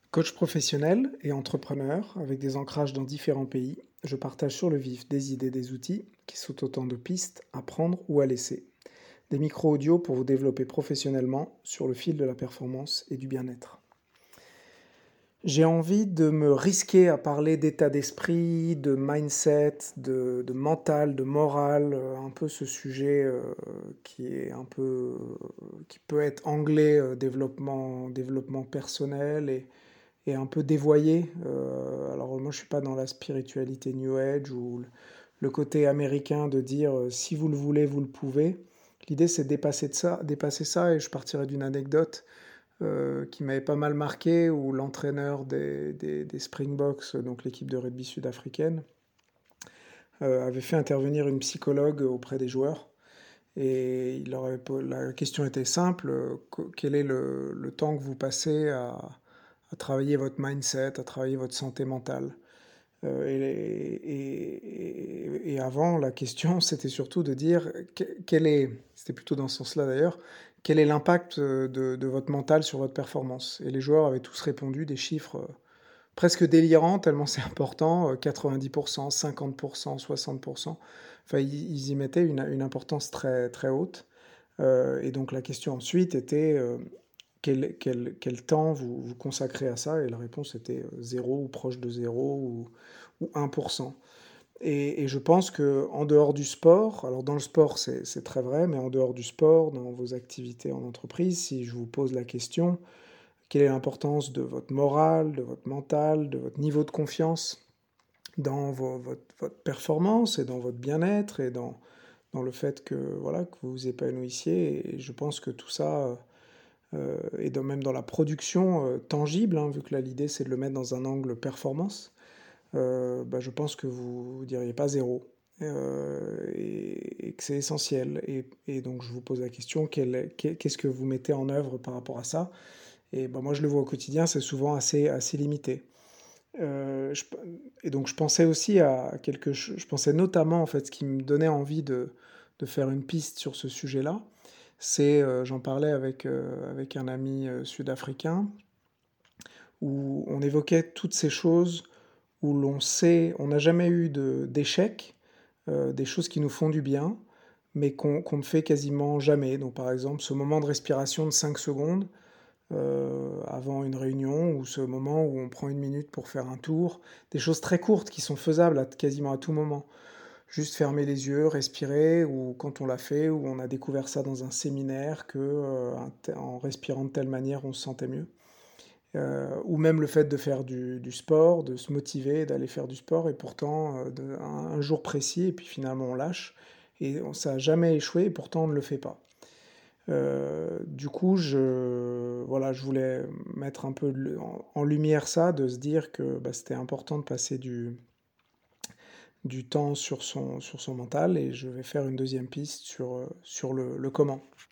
Coach professionnel et entrepreneur avec des ancrages dans différents pays, je partage sur le vif des idées, des outils qui sont autant de pistes à prendre ou à laisser. Des micro-audios pour vous développer professionnellement sur le fil de la performance et du bien-être. J'ai envie de me risquer à parler d'état d'esprit, de mindset, de mental, de morale, un peu ce sujet qui est un peu, qui peut être anglais, développement personnel et un peu dévoyé. Alors moi, je suis pas dans la spiritualité New Age ou le côté américain de dire si vous le voulez, vous le pouvez. L'idée, c'est de dépasser ça, et je partirai d'une anecdote qui m'avait pas mal marqué, où l'entraîneur des Springboks, donc l'équipe de rugby sud-africaine, avait fait intervenir une psychologue auprès des joueurs. Et la question était simple, quel est le temps que vous passez à travailler votre mindset, à travailler votre santé mentale. Et avant, la question, c'était surtout de dire, c'était plutôt dans ce sens-là d'ailleurs, quel est l'impact de votre mental sur votre performance. Et les joueurs avaient tous répondu des chiffres presque délirants, tellement c'est important, 90%, 50%, 60%. Enfin, ils y mettaient une importance très, très haute. Et donc la question ensuite était quel temps vous consacrez à ça? Et la réponse était zéro ou proche de zéro ou 1%. Et je pense que en dehors du sport, alors dans le sport c'est très vrai, mais en dehors du sport, dans vos activités en entreprise, si je vous pose la question, quelle est l'importance de votre morale, de votre mental, de votre niveau de confiance dans votre performance et dans votre bien-être et dans le fait que, voilà, que vous vous épanouissiez. Et je pense que tout ça, et même dans la production tangible, hein, vu que là l'idée c'est de le mettre dans un angle performance, bah, je pense que vous ne diriez pas zéro. Et que c'est essentiel. Et donc je vous pose la question, qu'est-ce que vous mettez en œuvre par rapport à ça? Et bah, moi je le vois au quotidien, c'est souvent assez limité. Euh, je- et donc je pensais aussi à quelque chose, je pensais notamment, en fait, ce qui me donnait envie de faire une piste sur ce sujet-là, c'est, j'en parlais avec un ami sud-africain, où on évoquait toutes ces choses où l'on sait, on n'a jamais eu d'échec, des choses qui nous font du bien, mais qu'on ne fait quasiment jamais. Donc par exemple, ce moment de respiration de 5 secondes avant une réunion, ou ce moment où on prend une minute pour faire un tour, des choses très courtes qui sont faisables quasiment à tout moment. Juste fermer les yeux, respirer, ou quand on l'a fait, ou on a découvert ça dans un séminaire, que en respirant de telle manière, on se sentait mieux. Ou même le fait de faire du sport, de se motiver, d'aller faire du sport, et pourtant un jour précis, et puis finalement on lâche, et ça n'a jamais échoué, et pourtant on ne le fait pas. Du coup, voilà, je voulais mettre un peu en lumière ça, de se dire que bah, c'était important de passer du temps sur son mental, et je vais faire une deuxième piste sur le comment.